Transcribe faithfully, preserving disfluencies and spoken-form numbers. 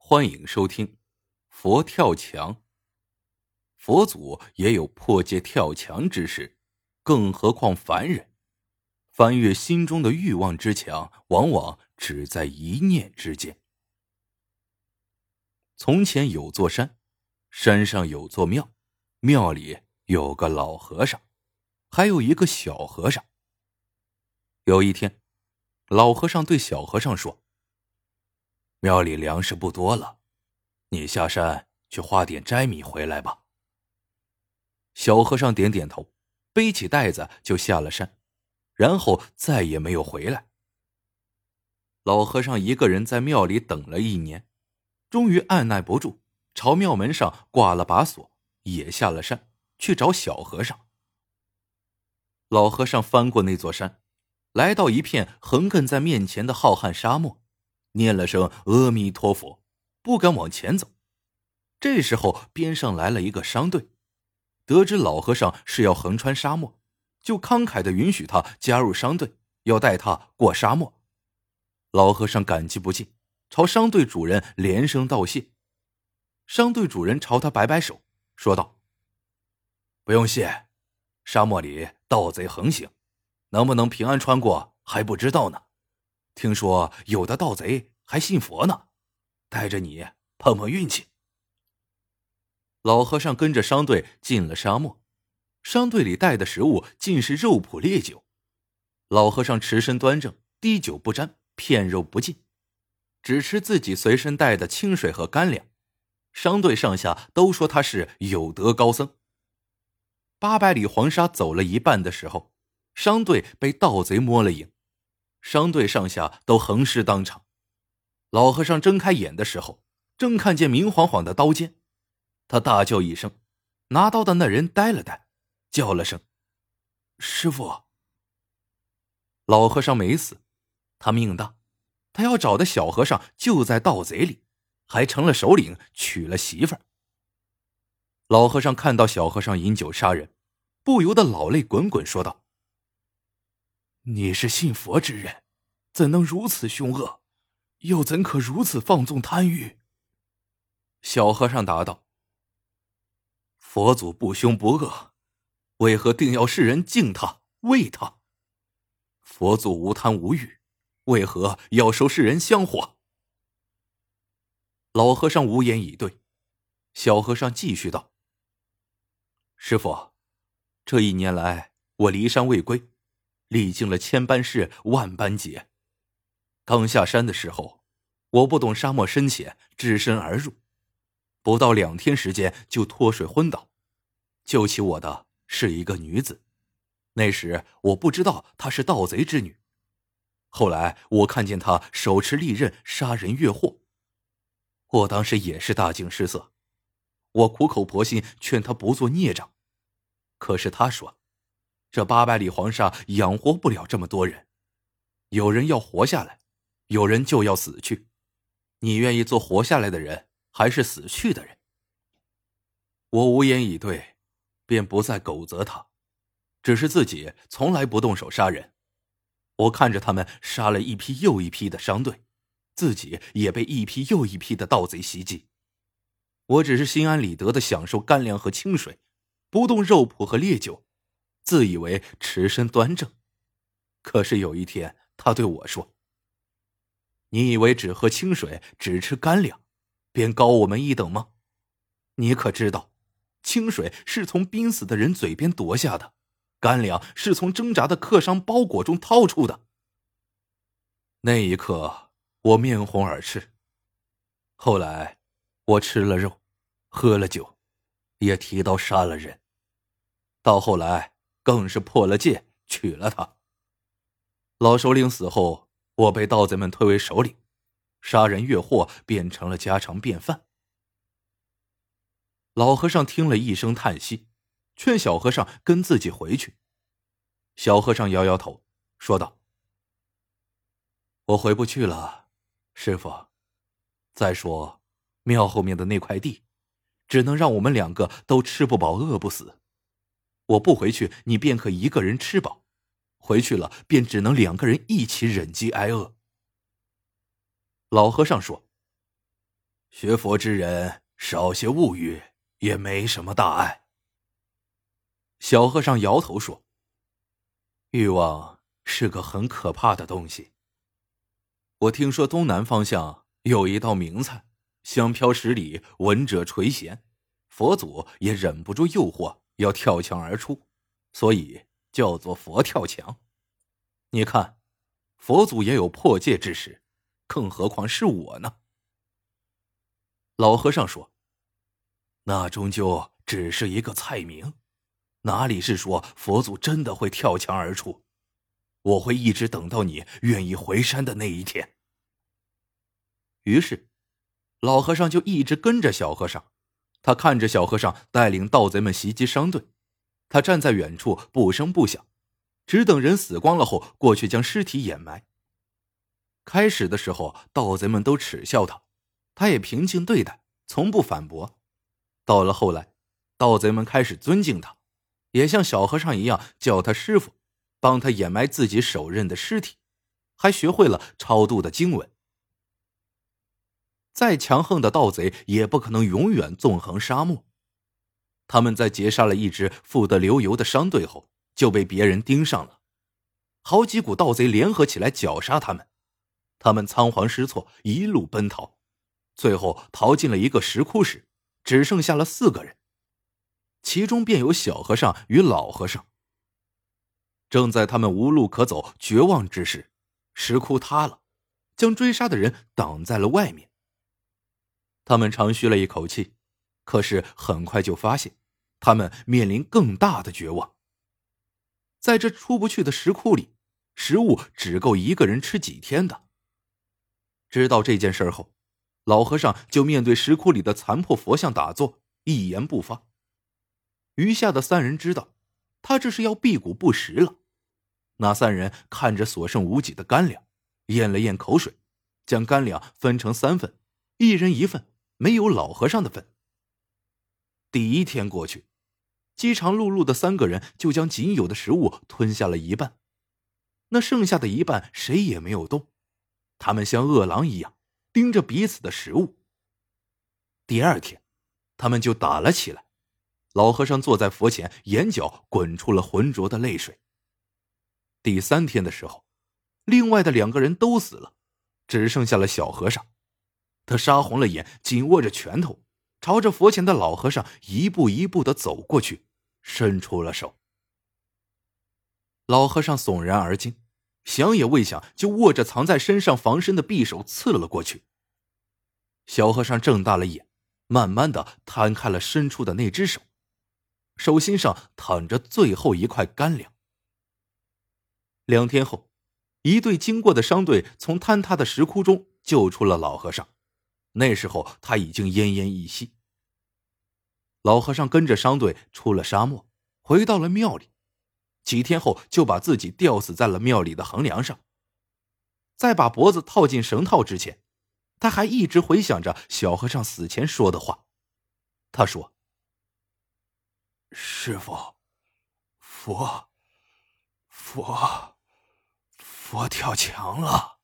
欢迎收听佛跳墙。佛祖也有破戒跳墙之时，更何况凡人。翻越心中的欲望之墙，往往只在一念之间。从前有座山，山上有座庙，庙里有个老和尚，还有一个小和尚。有一天，老和尚对小和尚说：庙里粮食不多了，你下山去花点斋米回来吧。小和尚点点头，背起袋子就下了山，然后再也没有回来。老和尚一个人在庙里等了一年，终于按耐不住，朝庙门上挂了把锁，也下了山去找小和尚。老和尚翻过那座山，来到一片横亘在面前的浩瀚沙漠，念了声阿弥陀佛，不敢往前走。这时候边上来了一个商队，得知老和尚是要横穿沙漠，就慷慨地允许他加入商队，要带他过沙漠。老和尚感激不尽，朝商队主人连声道谢。商队主人朝他摆摆手，说道：不用谢，沙漠里盗贼横行，能不能平安穿过还不知道呢。听说有的盗贼还信佛呢，带着你碰碰运气。老和尚跟着商队进了沙漠，商队里带的食物尽是肉脯烈酒。老和尚持身端正，滴酒不沾，片肉不进，只吃自己随身带的清水和干粮。商队上下都说他是有德高僧。八百里黄沙走了一半的时候，商队被盗贼摸了影，商队上下都横尸当场。老和尚睁开眼的时候，正看见明晃晃的刀尖，他大叫一声，拿刀的那人呆了呆，叫了声师父。老和尚没死，他命大，他要找的小和尚就在盗贼里，还成了首领，娶了媳妇儿。老和尚看到小和尚饮酒杀人，不由得老泪滚滚，说道：你是信佛之人，怎能如此凶恶，又怎可如此放纵贪欲？小和尚答道：佛祖不凶不恶，为何定要世人敬他畏他？佛祖无贪无欲，为何要受世人香火？老和尚无言以对。小和尚继续道：师父，这一年来我离山未归，历经了千般事万般劫。刚下山的时候，我不懂沙漠深浅，只身而入，不到两天时间就脱水昏倒。救起我的是一个女子，那时我不知道她是盗贼之女。后来我看见她手持利刃杀人越货，我当时也是大惊失色。我苦口婆心劝她不做孽障，可是她说，这八百里黄沙养活不了这么多人，有人要活下来，有人就要死去，你愿意做活下来的人，还是死去的人？我无言以对，便不再苟责他，只是自己从来不动手杀人。我看着他们杀了一批又一批的商队，自己也被一批又一批的盗贼袭击。我只是心安理得地享受干粮和清水，不动肉脯和烈酒，自以为持身端正。可是有一天他对我说，你以为只喝清水，只吃干粮，便高我们一等吗？你可知道，清水是从濒死的人嘴边夺下的，干粮是从挣扎的客商包裹中掏出的。那一刻我面红耳赤。后来我吃了肉，喝了酒，也提刀杀了人，到后来更是破了戒，娶了她。老首领死后，我被盗贼们推为首领，杀人越货变成了家常便饭。老和尚听了一声叹息，劝小和尚跟自己回去。小和尚摇摇头，说道：我回不去了，师父。再说，庙后面的那块地，只能让我们两个都吃不饱饿不死。我不回去，你便可一个人吃饱；回去了，便只能两个人一起忍饥挨饿。老和尚说： 学佛之人少些物欲也没什么大碍。小和尚摇头说，欲望是个很可怕的东西。我听说东南方向有一道名菜，香飘十里，闻者垂涎，佛祖也忍不住诱惑要跳墙而出，所以叫做佛跳墙。你看，佛祖也有破戒之时，更何况是我呢？老和尚说，那终究只是一个菜名，哪里是说佛祖真的会跳墙而出？我会一直等到你愿意回山的那一天。于是老和尚就一直跟着小和尚，他看着小和尚带领盗贼们袭击商队，他站在远处不声不响，只等人死光了后过去将尸体掩埋。开始的时候盗贼们都耻笑他，他也平静对待，从不反驳。到了后来，盗贼们开始尊敬他，也像小和尚一样叫他师傅，帮他掩埋自己手刃的尸体，还学会了超度的经文。再强横的盗贼也不可能永远纵横沙漠。他们在劫杀了一支富得流油的商队后，就被别人盯上了。好几股盗贼联合起来绞杀他们，他们仓皇失措，一路奔逃，最后逃进了一个石窟时，只剩下了四个人，其中便有小和尚与老和尚。正在他们无路可走、绝望之时，石窟塌了，将追杀的人挡在了外面。他们长吁了一口气，可是很快就发现，他们面临更大的绝望。在这出不去的石窟里，食物只够一个人吃几天的。知道这件事后，老和尚就面对石窟里的残破佛像打坐，一言不发。余下的三人知道，他这是要辟谷不食了。那三人看着所剩无几的干粮，咽了咽口水，将干粮分成三份，一人一份，没有老和尚的份。第一天过去，饥肠辘辘的三个人就将仅有的食物吞下了一半，那剩下的一半谁也没有动，他们像饿狼一样盯着彼此的食物。第二天，他们就打了起来，老和尚坐在佛前，眼角滚出了浑浊的泪水。第三天的时候，另外的两个人都死了，只剩下了小和尚。他杀红了眼，紧握着拳头，朝着佛前的老和尚一步一步地走过去，伸出了手。老和尚悚然而惊，想也未想就握着藏在身上防身的匕首刺了过去。小和尚睁大了眼，慢慢地摊开了伸出的那只手，手心上躺着最后一块干粮。两天后，一队经过的商队从坍塌的石窟中救出了老和尚，那时候他已经奄奄一息。老和尚跟着商队出了沙漠，回到了庙里，几天后就把自己吊死在了庙里的横梁上。在把脖子套进绳套之前，他还一直回想着小和尚死前说的话。他说，师父，佛佛佛跳墙了。